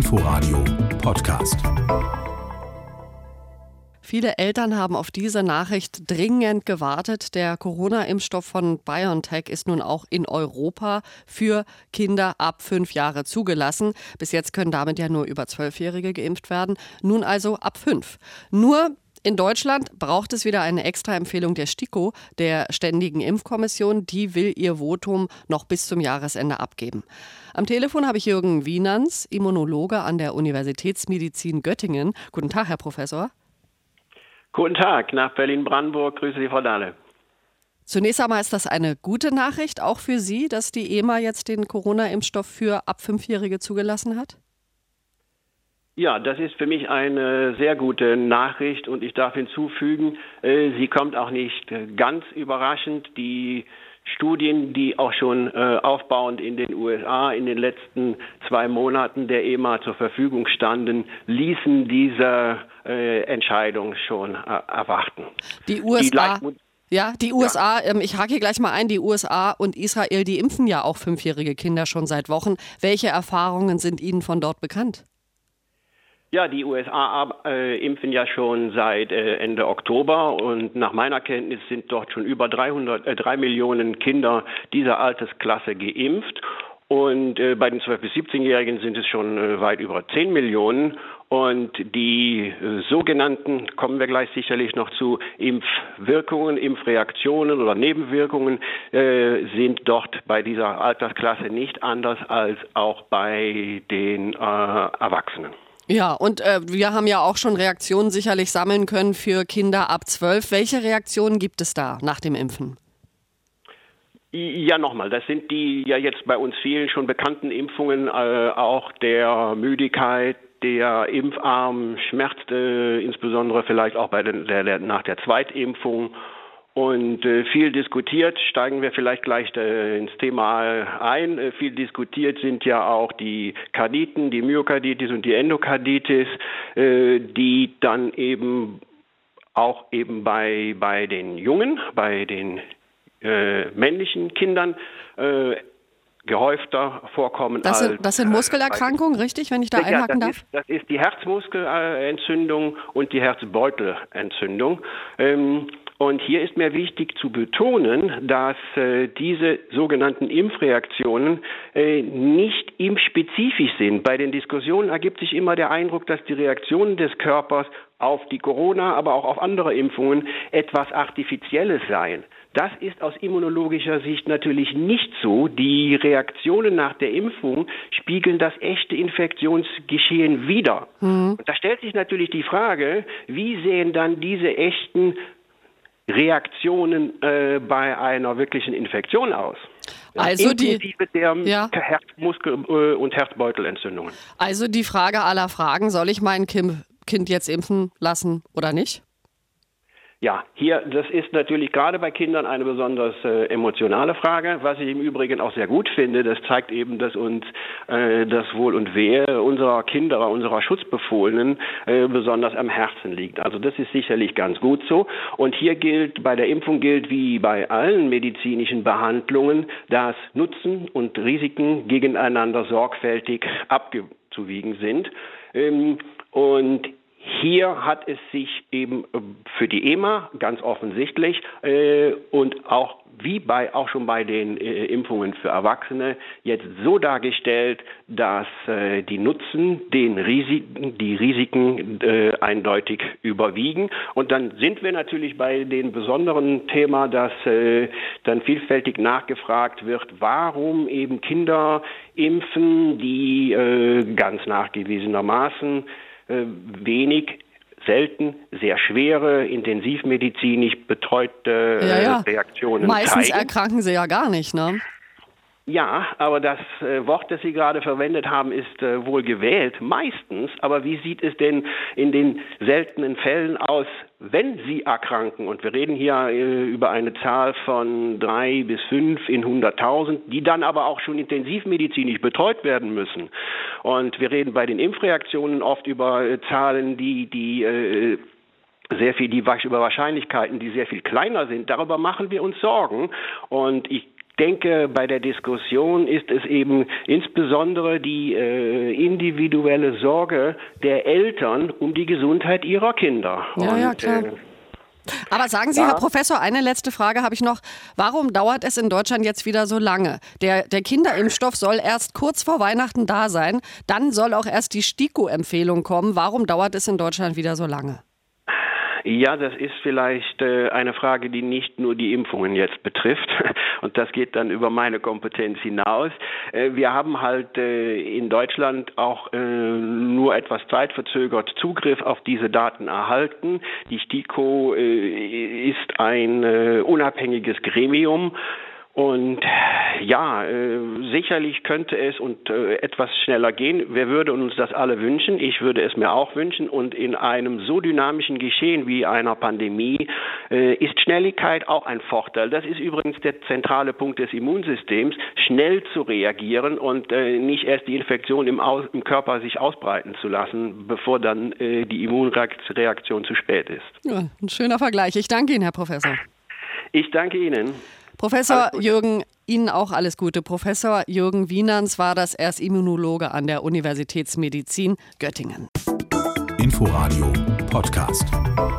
Inforadio Podcast. Viele Eltern haben auf diese Nachricht dringend gewartet. Der Corona-Impfstoff von BioNTech ist nun auch in Europa für Kinder ab 5 Jahre zugelassen. Bis jetzt können damit ja nur über 12-Jährige geimpft werden. Nun also ab 5. Nur in Deutschland braucht es wieder eine Extraempfehlung der STIKO, der Ständigen Impfkommission. Die will ihr Votum noch bis zum Jahresende abgeben. Am Telefon habe ich Jürgen Wienans, Immunologe an der Universitätsmedizin Göttingen. Guten Tag, Herr Professor. Guten Tag, nach Berlin-Brandenburg. Grüße Sie, Frau Dahle. Zunächst einmal ist das eine gute Nachricht, auch für Sie, dass die EMA jetzt den Corona-Impfstoff für ab 5-Jährige zugelassen hat? Ja, das ist für mich eine sehr gute Nachricht und ich darf hinzufügen, sie kommt auch nicht ganz überraschend. Die Studien, die auch schon aufbauend in den USA in den letzten 2 Monaten der EMA zur Verfügung standen, ließen diese Entscheidung schon erwarten. Die USA, ich hake hier gleich mal ein, die USA und Israel, die impfen ja auch 5-jährige Kinder schon seit Wochen. Welche Erfahrungen sind Ihnen von dort bekannt? Ja, die USA impfen ja schon seit Ende Oktober und nach meiner Kenntnis sind dort schon über 3 Millionen Kinder dieser Altersklasse geimpft. Und bei den 12- bis 17-Jährigen sind es schon weit über 10 Millionen. Und die sogenannten, kommen wir gleich sicherlich noch zu, Impfwirkungen, Impfreaktionen oder Nebenwirkungen sind dort bei dieser Altersklasse nicht anders als auch bei den Erwachsenen. Ja, und wir haben ja auch schon Reaktionen sicherlich sammeln können für Kinder ab 12. Welche Reaktionen gibt es da nach dem Impfen? Ja, nochmal, das sind die ja jetzt bei uns vielen schon bekannten Impfungen, auch der Müdigkeit, der Impfarm, Schmerz, insbesondere vielleicht auch bei nach der Zweitimpfung. Und viel diskutiert, steigen wir vielleicht gleich ins Thema ein. Viel diskutiert sind ja auch die Karditen, die Myokarditis und die Endokarditis, die dann eben auch eben bei den Jungen, bei den männlichen Kindern gehäufter vorkommen. Das sind Muskelerkrankungen, richtig, wenn ich da einhaken darf? Das ist die Herzmuskelentzündung und die Herzbeutelentzündung. Und hier ist mir wichtig zu betonen, dass diese sogenannten Impfreaktionen nicht impfspezifisch sind. Bei den Diskussionen ergibt sich immer der Eindruck, dass die Reaktionen des Körpers auf die Corona, aber auch auf andere Impfungen etwas Artifizielles seien. Das ist aus immunologischer Sicht natürlich nicht so. Die Reaktionen nach der Impfung spiegeln das echte Infektionsgeschehen wider. Und da stellt sich natürlich die Frage, wie sehen dann diese echten Reaktionen bei einer wirklichen Infektion aus? Also inklusive der Herzmuskel- und Herzbeutelentzündungen. Also die Frage aller Fragen, soll ich mein Kind jetzt impfen lassen oder nicht? Ja, das ist natürlich gerade bei Kindern eine besonders emotionale Frage, was ich im Übrigen auch sehr gut finde. Das zeigt eben, dass uns das Wohl und Wehe unserer Kinder, unserer Schutzbefohlenen besonders am Herzen liegt. Also das ist sicherlich ganz gut so. Und hier bei der Impfung gilt wie bei allen medizinischen Behandlungen, dass Nutzen und Risiken gegeneinander sorgfältig abzuwiegen sind. Und hier hat es sich eben für die EMA ganz offensichtlich und auch auch schon bei den Impfungen für Erwachsene jetzt so dargestellt, dass die Nutzen die Risiken eindeutig überwiegen. Und dann sind wir natürlich bei dem besonderen Thema, dass dann vielfältig nachgefragt wird, warum eben Kinder impfen, die ganz nachgewiesenermaßen selten sehr schwere, intensivmedizinisch betreute Reaktionen Meistens zeigen. Erkranken sie ja gar nicht, ne? Ja, aber das Wort, das Sie gerade verwendet haben, ist wohl gewählt, meistens. Aber wie sieht es denn in den seltenen Fällen aus, wenn Sie erkranken? Und wir reden hier über eine Zahl von 3 bis 5 in 100.000, die dann aber auch schon intensivmedizinisch betreut werden müssen. Und wir reden bei den Impfreaktionen oft über Zahlen, die über Wahrscheinlichkeiten, die sehr viel kleiner sind. Darüber machen wir uns Sorgen. Und ich denke, bei der Diskussion ist es eben insbesondere die individuelle Sorge der Eltern um die Gesundheit ihrer Kinder. Ja, klar. Aber sagen Sie, Herr Professor, eine letzte Frage habe ich noch. Warum dauert es in Deutschland jetzt wieder so lange? Der Kinderimpfstoff soll erst kurz vor Weihnachten da sein. Dann soll auch erst die STIKO-Empfehlung kommen. Warum dauert es in Deutschland wieder so lange? Ja, das ist vielleicht eine Frage, die nicht nur die Impfungen jetzt betrifft. Und das geht dann über meine Kompetenz hinaus. Wir haben halt in Deutschland auch nur etwas zeitverzögert Zugriff auf diese Daten erhalten. Die STIKO ist ein unabhängiges Gremium. Und ja, sicherlich könnte es und etwas schneller gehen. Wir würden uns das alle wünschen. Ich würde es mir auch wünschen. Und in einem so dynamischen Geschehen wie einer Pandemie ist Schnelligkeit auch ein Vorteil. Das ist übrigens der zentrale Punkt des Immunsystems, schnell zu reagieren und nicht erst die Infektion im Körper sich ausbreiten zu lassen, bevor dann die Immunreaktion zu spät ist. Ja, ein schöner Vergleich. Ich danke Ihnen, Herr Professor. Ich danke Ihnen. Professor Jürgen, Ihnen auch alles Gute. Professor Jürgen Wienerns war das. Er ist Immunologe an der Universitätsmedizin Göttingen. Inforadio Podcast.